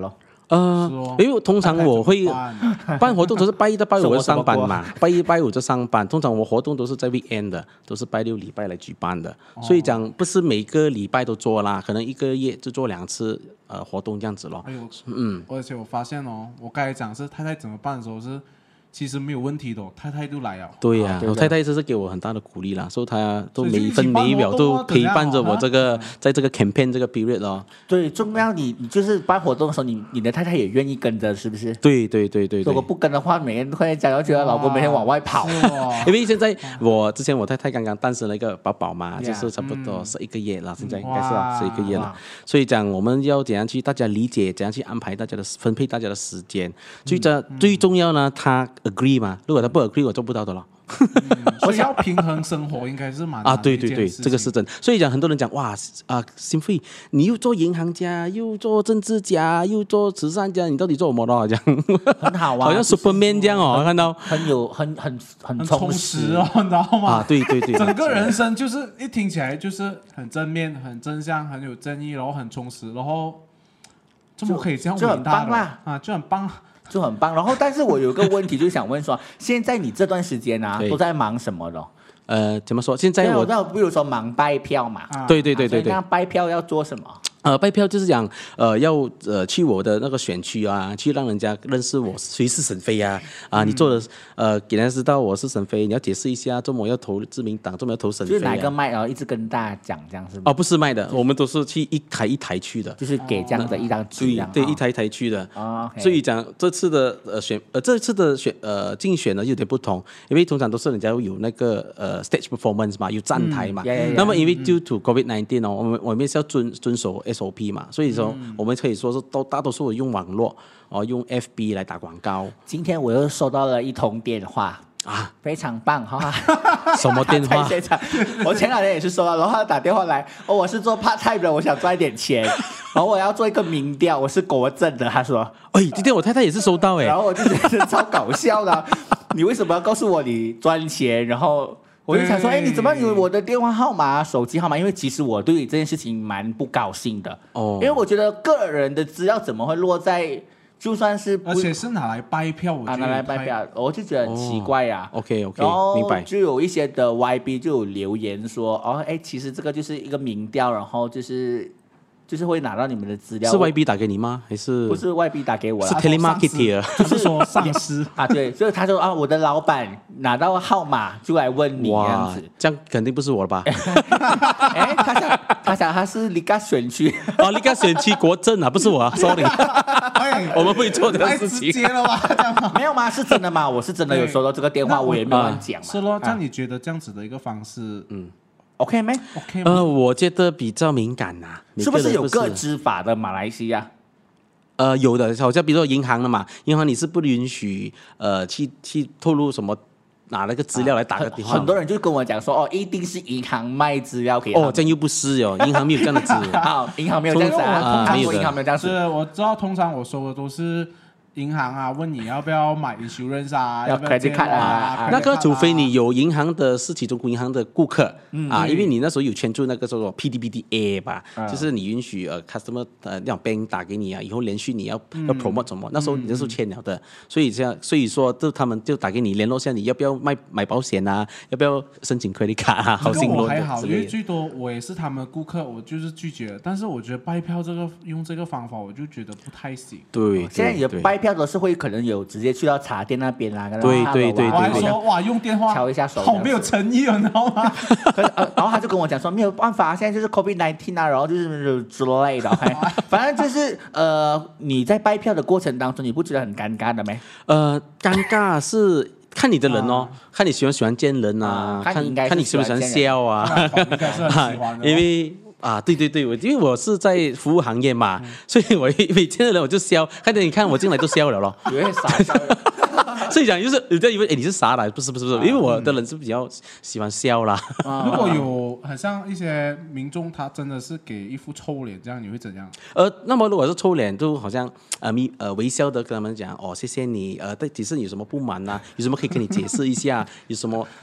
因为通常我会太太怎么办办活动都是拜一到拜五我上班什么嘛，拜一拜五就上班。通常我活动都是在 weekend 的，都是拜六礼拜来举办的，所以讲不是每个礼拜都做啦，可能一个月就做2次活动这样子咯。 哎呦，而且我发现哦，我刚才讲是太太怎么办的时候是，其实没有问题的，太太就来了。 对呀、 对的我太太这是给我很大的鼓励啦，所以她都所以就每一分每一秒都陪伴着我一起办活动在这个 campaign 这个 period 咯。 对，重要你就是办活动的时候，你的太太也愿意跟着，是不是？ 对。 如果不跟的话，每天都会讲，要觉得老公每天往外跑。 是哦因为现在之前我太太刚刚诞生了一个宝宝嘛， Yeah 就是差不多11个月了，现在应该是哇 11个月了哇， 所以讲我们要怎样去大家理解，怎样去安排大家的分配大家的时间，最重要呢，他 agree 嘛，如果他不 agree，我做不到的咯。 所以要平衡生活应该是蛮难的对一件事情这个是真。所以讲很多人讲哇心肺，你又做银行家，又做政治家，又做慈善家，你到底做什么的？好像很好啊， 好像 Superman 这样哦，看到很很充充实哦，你知道吗？ 对， 整个人生就是一听起来就是很正面、很正向、很有正义，然后很充实，然后怎么可以这样就很伟大的棒啦啊，就很棒。 就很棒。然后，但是我有一个问题，就想问说，现在你这段时间啊， 对都在忙什么咯？ 怎么说？现在我那比如说忙拜票嘛， 啊对， 所以那拜票要做什么？ 拜票就是讲要去我的那个选区啊，去让人家认识我谁是沈飞啊你做的给人家知道我是沈飞，你要解释一下，周末要投自民党，周末要投沈飞、 就是哪个麦，然后一直跟大家讲这样是吗？ 不是卖的，我们都是去一台一台去的。 就是给这样的一张纸这样， 对，一台一台去的。 OK 所以讲这次的竞选呢有点不同，因为通常都是人家有那个stage performance 嘛，有站台嘛。那么因为 due to COVID-19 哦，我们是要遵守 SOP 嘛，所以说我们可以说是大多数用网络用 FB 来打广告。 今天我又收到了一通电话啊， 非常棒哈！ 什么电话在现场，我前2天也是收到，然后他打电话来，我是做 part time 的，我想赚一点钱，然后我要做一个民调，我是国政的，他说， 今天我太太也是收到然后我就觉得超搞笑的啊，你为什么要告诉我你赚钱？然后我就想说，你怎么有我的电话号码、手机号码？因为其实我对这件事情蛮不高兴的，因为我觉得个人的资料怎么会落在，就算是而且是拿来拜票，我觉得拿来拜票，我就觉得很奇怪呀。 OK， 然后明白。 就有一些的 YB 就有留言说，其实这个就是一个民调，然后就是会拿到你们的资料。 是 YB 打给你吗？还是不是 YB 打给我啦？ 是 telemarketer？ 就是说上司啊，对，所以他说我的老板拿到号码就来问你这样子。 这样肯定不是我了吧？ 他想他是离家选区离家选区国政不是我啊，sorry，我们会做这个事情。 太直接了吧？ 没有吗？是真的吗？我是真的有收到这个电话，我也没有乱讲嘛。 是咯，这样你觉得这样子的一个方式 ，OK 没 ？OK 吗？ 我觉得比较敏感呐， 是不是有个资法的马来西亚？ 有的，好像比如说银行的嘛，银行你是不允许去透露什么。拿那个资料来打个电话， 很多人就跟我讲说，一定是银行卖资料给他们。 这样又不是银行没有这样的资料。 好，银行没有这样子没有的。 银行没有这样子。 是，我知道，通常我收的都是银行啊，问你要不要买 insurance 啊， 要 credit card 啊。 那个除非你有银行的是其中银行的顾客因为你那时候有签注那个叫做 PDPDA 吧，就是你允许customer 那种 bank 打给你以后连续你要 promote 什么，那时候你那时候签了的，所以说他们就打给你联络一下，你要不要买保险啊，要不要申请 credit card 啊，好心我还好，因为最多我也是他们的顾客，我就是拒绝了。但是我觉得拜票用这个方法，我就觉得不太行。 对， 现在你的拜票都是会可能有直接去到茶店那边啦， 对， 我还说用电话敲一下手， 好没有诚意，你知道吗？ 然后他就跟我讲说没有办法，现在就是 COVID-19 然后就是之类的，反正就是你在拜票的过程当中，你不觉得很尴尬的没？ 尴尬是看你的人看你喜欢见人看你喜不喜欢笑应该是很喜欢的， 因为。对，因为我是在服务行业嘛，所以我每见的人我就笑，你看我进来都笑了咯。 有点傻笑。 所以讲就是人家以为你是傻的，不是，因为我的人是比较喜欢笑啦。 如果有很像一些民众，他真的是给一副臭脸，这样你会怎样？ 那么如果是臭脸，就好像微笑的跟他们讲谢谢你，其实有什么不满啊，有什么可以跟你解释一下，有什么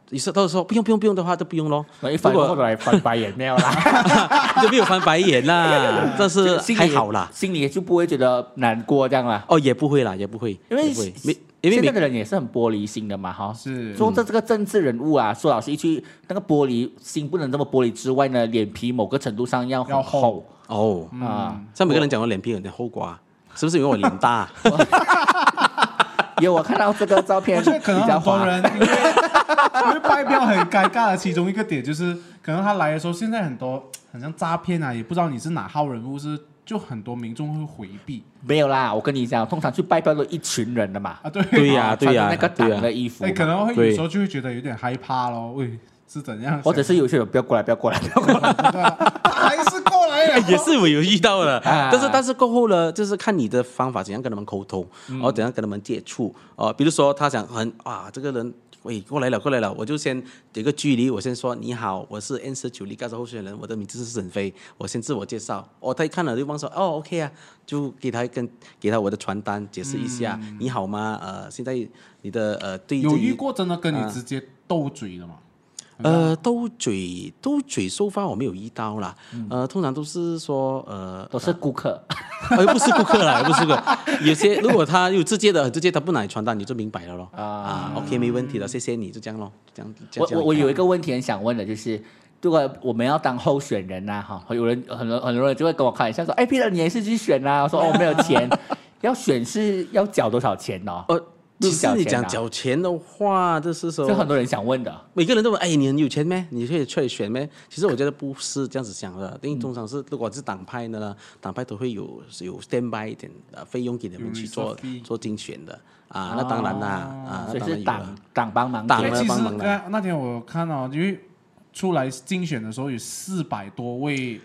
有时都说不用的话就不用咯。 一翻过来翻白眼没有啦， 就没有翻白眼啦，但是还好啦， 心里就不会觉得难过这样啦。 哦，也不会啦，也不会， 因为现在的人也是很玻璃心的嘛，哈。 是。 说这个政治人物啊，说老实一句，那个玻璃心不能这么玻璃之外呢，脸皮某个程度上要很厚。 哦啊， 像每个人讲我脸皮有点厚瓜，是不是因为我脸大？ 有我看到这个照片， 我觉得可能很多人因为拜票很尴尬的其中一个点就是，可能他来的时候，现在很多很像诈骗啊，也不知道你是哪号人物，就很多民众会回避。 没有啦，我跟你讲，通常去拜票都一群人的嘛。 啊，对呀， 穿着那个党的衣服， 可能会有时候就会觉得有点害怕咯，喂，是怎样？ 或者是有些人不要过来， 还是过来了， 也是我有遇到的，但是过后呢，就是看你的方法怎样跟他们沟通，然后怎样跟他们接触，比如说他想这个人。喂，过来了，我就先有个距离，我先说你好，我是 N19立高州候选人，我的名字是沈飞，我先自我介绍。他一看了对方说OK 啊，就给他我的传单，解释一下，你好吗？现在你的对有遇过真的跟你直接斗嘴的吗？ 斗嘴收发我没有遇到啦，通常都是说都是顾客， 不是顾客啦，不是顾客。有些如果他有直接他不拿你传单，你就明白了咯。OK 没问题了，谢谢你，就这样咯。这样。 我有一个问题很想问的，就是如果我们要当候选人呐，哈，很多人就会跟我开玩笑说，哎，Peter 你也是去选啊？我说没有钱，要选是要缴多少钱呢？ 其实你讲缴钱的话，就是说， 这很多人想问的。 每个人都问，哎，你很有钱咩？你可以出来选咩？其实我觉得不是这样子想的，因为通常是如果是党派的呢，党派都会有 stand by 一点费用给你们去做竞选的那当然啦所以是党帮忙。 其实那天我看到，因为出来竞选的时候有400多位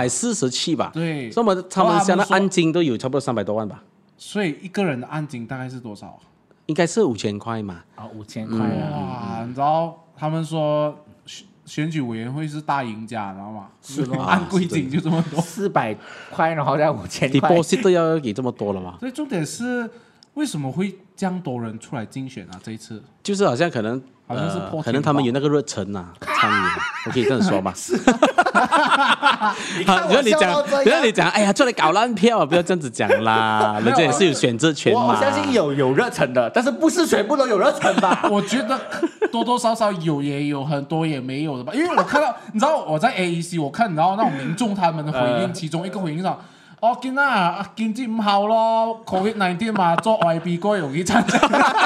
，447吧？ 对， 那么他们现在按金都有差不多300多万吧？ 所以一个人的按金大概是多少？ 应该是5000块嘛 ？5000块哇！你知道他们说选举委员会是大赢家，知道吗？ 是咯， 按规定就这么多 ，400块，然后再5000块 ，deposit 都要给这么多了嘛？ 所以重点是为什么会这样多人出来竞选啊？这一次就是好像可能可能他们有那个热忱参与，我可以这样说吧。不要你讲，哎呀，出来搞烂票，不要这样子讲啦，人家也是有选择权嘛。 我相信有热忱的，但是不是全部都有热忱吧？ 我觉得多多少少有也有，很多也没有的吧。因为我看到，你知道我在 AEC， 我看到那种民众他们的回应，其中一个回应上。經濟唔好咯 ，COVID-19 嘛，做外幣過容易參加。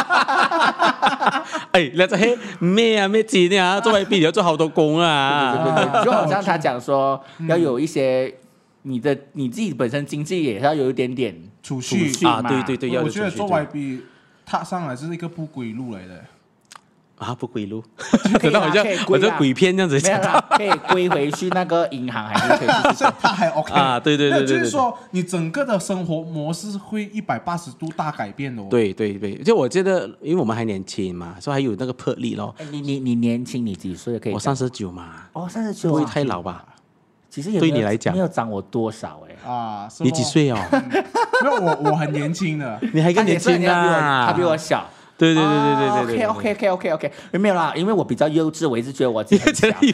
你這係咩字呢？做外幣要做好多工啊！ 對，就好像他講說，要有一些你自己本身經濟也要有一點點儲蓄啊，對，要有儲蓄。 我覺得做外幣踏上來是一個不歸路來的。 不歸路，可能好像鬼片這樣子。 沒有啦，可以歸回去那個銀行，還是可以。 所以它還 OK 啊，對， 就是說你整個的生活模式會180度大改變的。 對，就我覺得，因為我們還年輕嘛，所以還有那個魄力咯。 你年輕，你幾歲可以？ 我39嘛。 39， 不會太老吧？ 其實也對你來講沒有長我多少你幾歲哦？ 因為我很年輕的， 你還更年輕啊？ 他比我小。 對 OK， 沒有啦，因為我比較幼稚，我一直覺得我自己很小。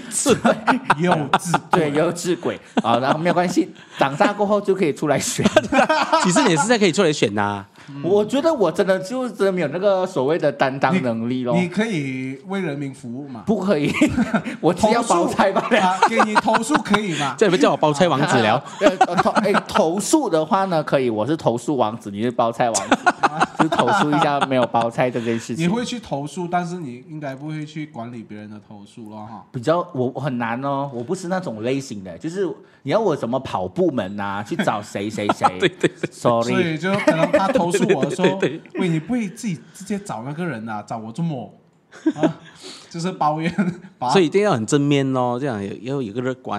幼稚鬼啊，然後沒有關係，長大過後就可以出來選。 其實你現在可以出來選吶。 我覺得我真的沒有那個所謂的擔當能力咯。 你可以為人民服務嘛？ 不可以，我只要包菜罷了。 給你投訴可以嗎？ 這你不叫我包菜王子了？ 投訴的話呢，可以，我是投訴王子，你是包菜王子，就投訴一下沒有包菜這件事情。 你會去投訴，但是你應該不會去管理別人的投訴咯，哈。 比較我很難哦，我不是那種類型的，就是你要我怎麼跑部門啊，去找誰。 對 ，sorry。 所以就可能他投訴我說，喂，你不會自己直接找那個人啊，找我這麼就是抱怨。 所以一定要很正面咯，這樣要有一個樂觀的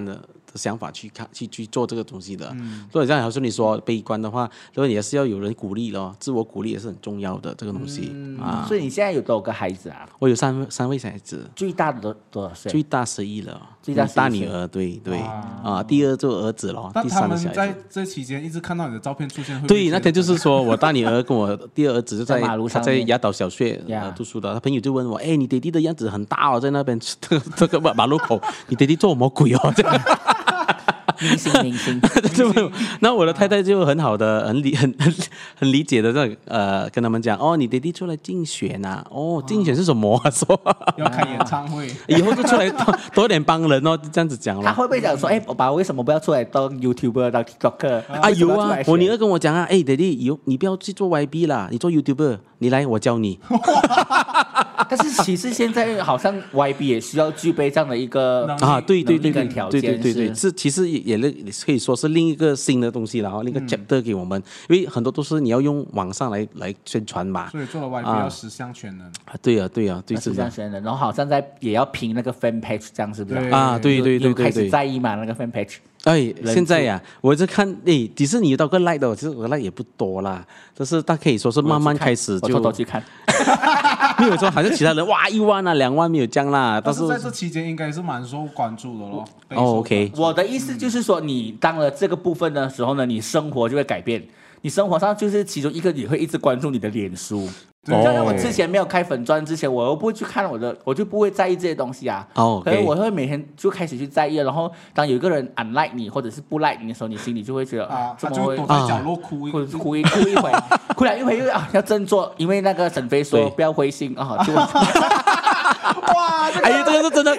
想法去看去做这个东西的。所以像好像你说悲观的话，所以也是要有人鼓励咯，自我鼓励也是很重要的这个东西啊。 所以你现在有多少个孩子啊？ 我有三位孩子， 最大的多少岁？ 最大11了， 最大11岁大女儿，对第二就儿子咯，第三但他们的小孩子。 在这期间一直看到你的照片出现，会不会对， 觉得那天就是说我大女儿跟我第二儿子就在马路他在上面雅岛小学呀读书的，他朋友就问我，哎，你爹地的样子很大哦，在那边这个马路口，你爹地做什么鬼哦？这样明星， 就那我的太太就很好的、很理解的这跟他们讲，哦，你爹地出来竞选啊，哦，竞选是什么啊？说要开演唱会， 以后就出来多点帮人哦，这样子讲了。 他会不会讲说，哎，爸爸为什么不要出来当 YouTuber 当 TikToker？ 啊有啊，我女儿儿跟我讲啊，哎，爹地你不要去做 YB 啦，你做 YouTuber，你来我教你。 但是其实现在好像 YB 也需要具备这样的一个能力啊，对对对能力对跟条件对对对对， 是这其实也可以说是另一个新的东西了哈，另一个 chapter 给我们，因为很多都是你要用网上来宣传嘛。 所以做了 YB 要十项全能。 啊，对呀对呀，对是是的。 这样选的，然后好像也要评那个 fan page，这样是不是？ 对啊，对对对有开始对对。 在意嘛那个 fan page。 哎， 数现在呀，我在看，哎，迪士尼有到个 like 的，其实我的 like 也不多啦，但是它可以说是慢慢开始我就偷偷去看， 没有说好像其他人哇1万啊2万没有这样啦，但是但是在这期间应该是蛮受关注的咯。备受哦，OK， 我的意思就是说，你当了这个部分的时候呢，你生活就会改变。你生活上就是其中一个，你会一直关注你的脸书。 对就像我之前没有开粉砖之前，我又不会去看我就不会在意这些东西啊。 哦可是 OK 我会每天就开始去在意，然后当有一个人 unlike 你或者是不 like 你的时候，你心里就会觉得啊，他怎么会就躲在角落哭一哭哭一回，哭了一回又要振作，因为那个沈飞说对不要灰心啊，就哇， 哎呀，这个是真的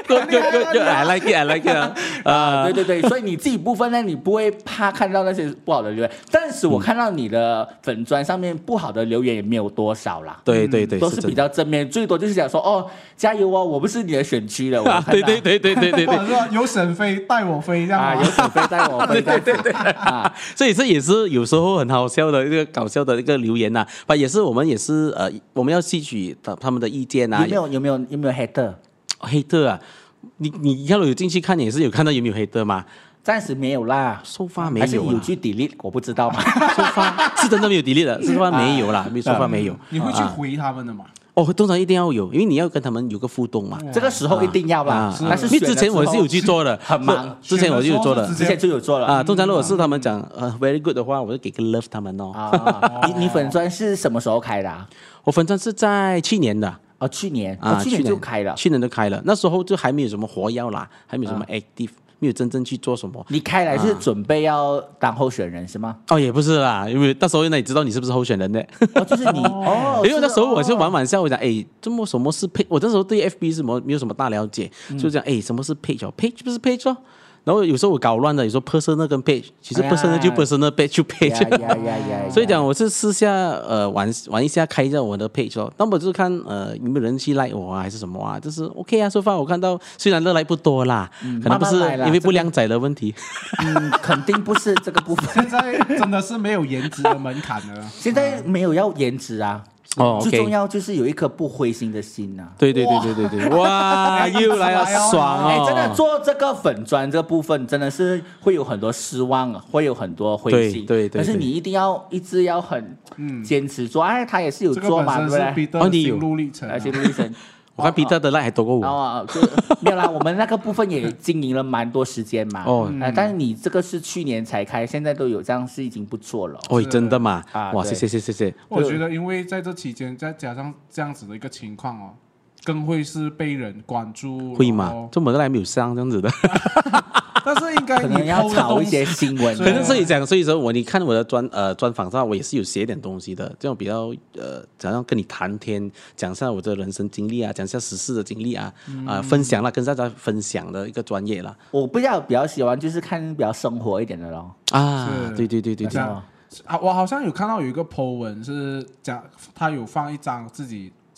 ，I like it，I like it 啊， 对对对，所以你自己部分呢，你不会怕看到那些不好的留言，但是我看到你的粉砖上面不好的留言也没有多少啦。 对对对， 都是比较正面，最多就是讲说哦，加油哦，我不是你的选区的，我看到对对对对对对对或者。说有沈飞带我飞这样啊， 吗有沈飞带我飞，对对对啊， 所以这也是有时候很好笑的一个搞笑的一个留言呐、也是我们也是我们要吸取他们的意见啊。 有没有 hater？ 黑特啊？你要有进去看，也是有看到有没有黑特吗？ 暂时没有啦， 收发没还是有啊？ 有去 delete，我不知道嘛。 收发是真的没有 delete 的，收发没有啦，没有收发没有。 你会去回他们的吗？ 哦，通常一定要有，因为你要跟他们有个互动嘛。 这个时候一定要啦啊， 但是因为之前我是有去做的， 很忙之前我就有做的选的时候是之前就有做了啊。通常如果是他们讲very good 的话，我就给个 love 他们哦。 啊。你粉砖是什么时候开的啊？ 我粉钻是在去年的。 哦，去年， 啊， 去年就开了。 去年就开了，那时候就还没有什么活跃啦，还没有什么 active，、没有真正去做什么。 你开来是准备要当候选人是吗？ 哦，也不是啦，因为那时候那你知道你是不是候选人呢？ 哦，就是你哦， 因为那时候我就哦玩玩笑，我讲哎，什么是 page？我那时候对 FB 是没有什么大了解，就讲哎，什么是 page 哦？page 不是 page 哦。然后有时候我搞乱了，有时候 personal 跟 page， 其实 personal 就 personal，page 就 page。 呀所以讲我是私下玩一下开一下我的 page 哦，那么就是看有没有人去 like 我啊还是什么啊，就是 OK 啊，so far 我看到虽然like不多啦，可能不是慢慢来啦因为不良仔的问题。 肯定不是这个部分。 现在真的是没有颜值的门槛了。 现在没有要颜值啊， 哦最重 ，OK， 要就是有一颗不灰心的心呐。 对对对对对对，哇，又来了，爽哎， 哦！ 真的做这个粉砖这个部分，真的是会有很多失望，会有很多灰心。 对对对但是你一定要一直要很坚持做。哎，他也是有这个做嘛， 本身是对不对？ 彼得的哦你有心路历程啊。 而且陆医生， 我看彼得的 like 还多过我。 哦，就没有啦，我们那个部分也经营了蛮多时间嘛。 哦但是你这个是去年才开，现在都有这样是已经不错了。 哦，真的吗？哇， 啊对谢谢谢谢。 我觉得，因为在这期间，再加上这样子的一个情况哦，更会是被人关注。 会吗然后？ 这么多还没有上这样子的。 但是应该可能要炒一些新闻。 可能所以讲，所以说你看我的专访上，我也是有写点东西的，这种比较怎样跟你谈天，讲一下我的人生经历啊，讲一下时事的经历啊，分享啦，跟大家分享的一个专业啦。 我比较喜欢就是看比较生活一点的咯。 啊， 是对对对对对， 像啊，我好像有看到有一个 po 文是讲他有放一张自己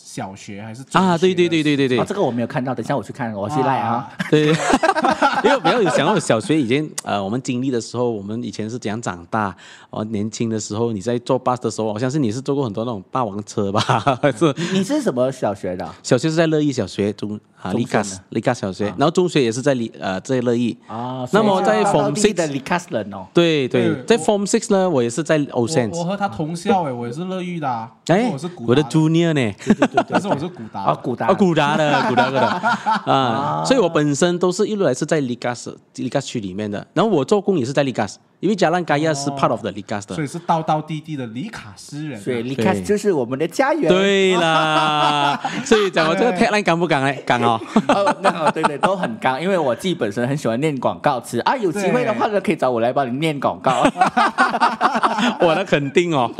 小学还是中学啊，对对对对对对哦，这个我没有看到，等一下我去看，我去赖啊。 对，因为比较有想到小学以前我们经历的时候，我们以前是怎样长大年轻的时候你在坐 bus 的时候，我相信你是坐过很多那种霸王车吧？是你是什么小学的？ 小学是在乐意小学利卡小学，然后中学也是在乐意啊。 那么在 Form 6 的 Likas 人哦， 对，在 Form 6呢，我也是在 Ocean。 我和他同校我也是乐意的啊。我是古达的， 我的 Junior 呢？ 对，但是我是古达的。 古达的啊，所以我本身都是一路来是在 Likas 区里面的，然后我做工也是在 Likas。因为Jalan Gaya 是 part of the Likas 的， 所以是道道地地的里卡斯人， 所以 Likas 就是我们的家园。 对啦，所以讲我这个 tagline 刚不刚嘞？刚哦。 对，都很刚，因为我自己本身很喜欢念广告词啊，有机会的话呢，可以找我来帮你念广告。 我那肯定哦。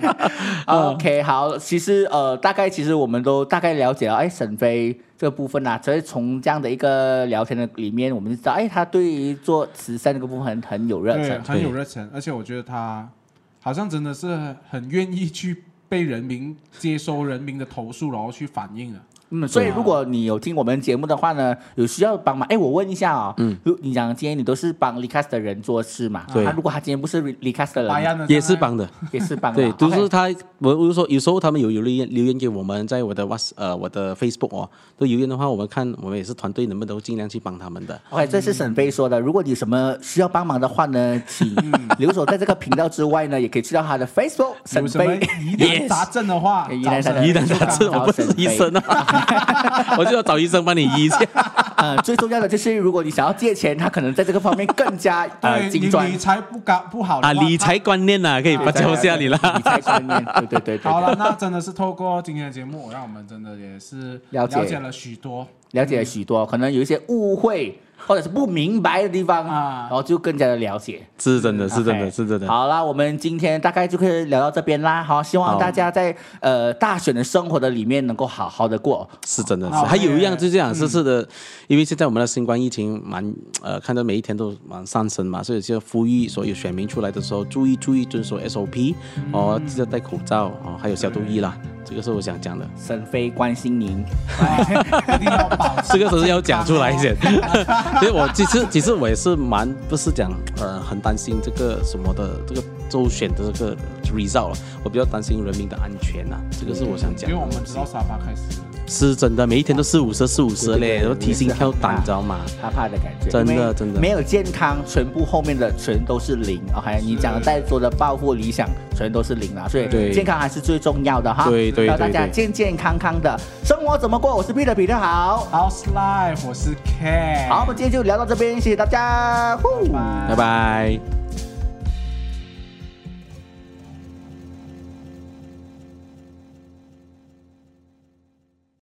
OK， 好，其实其实我们都大概了解了，沈飞这个部分啊，所以从这样的一个聊天的里面，我们就知道，他对于做慈善这个部分很有热忱， 很有热忱，而且我觉得他好像真的是很愿意去被人民接收人民的投诉，然后去反映的。 所以如果你有听我们节目的话呢，有需要帮忙，我问一下哦，你讲今天你都是帮 Likas 的人做事嘛？ 对。 如果他今天不是 Likas 的人， 也是帮的，对，就是他，我就说有时候他们有留言给我们，在我的我的 Facebook 都留言的话，我们也是团队，能不能都尽量去帮他们的。 OK， 这是沈飞说的。如果你有什么需要帮忙的话呢，请留守在这个频道之外呢，也可以去到他的 Facebook 沈飞。 疑难杂症的话， 疑难杂症，我不是医生啊。我就要找医生帮你医一下。 最重要的就是，如果你想要借钱，他可能在这个方面更加精专。 理财不好的话， 理财观念可以教下你了。 理财观念，对。 好了，那真的是透过今天的节目，让我们真的也是了解了许多， 可能有一些误会或者是不明白的地方然后就更加的了解。 是真的。 好啦，我们今天大概就可以聊到这边啦。好，希望大家在大选的生活的里面能够好好的过。 是真的是，还有一样就是这样是的，因为现在我们的新冠疫情看到每一天都蛮上升嘛，所以就呼吁所有选民出来的时候注意遵守 SOP 记得戴口罩还有消毒液啦。这个是我想讲的。 沈飞关心您， 一定要保持。 这个是要讲出来一点。所以我其实我也是不是讲很担心这个什么的这个州选的这个 result 了，我比较担心人民的安全呐，这个是我想讲的。 因为我们知道沙巴开始是真的，每一天都450嘞，然后提心吊胆，你知道吗？ 怕的感觉， 真的没有健康，全部后面的全都是零。OK， 你讲的再多的抱负理想，全都是零了，所以健康还是最重要的哈。 对， 让大家健健康康的生活怎么过？我是 Peter 彼得好 ，House Life， 我是 Ken。 好，我们今天就聊到这边，谢谢大家， 拜拜。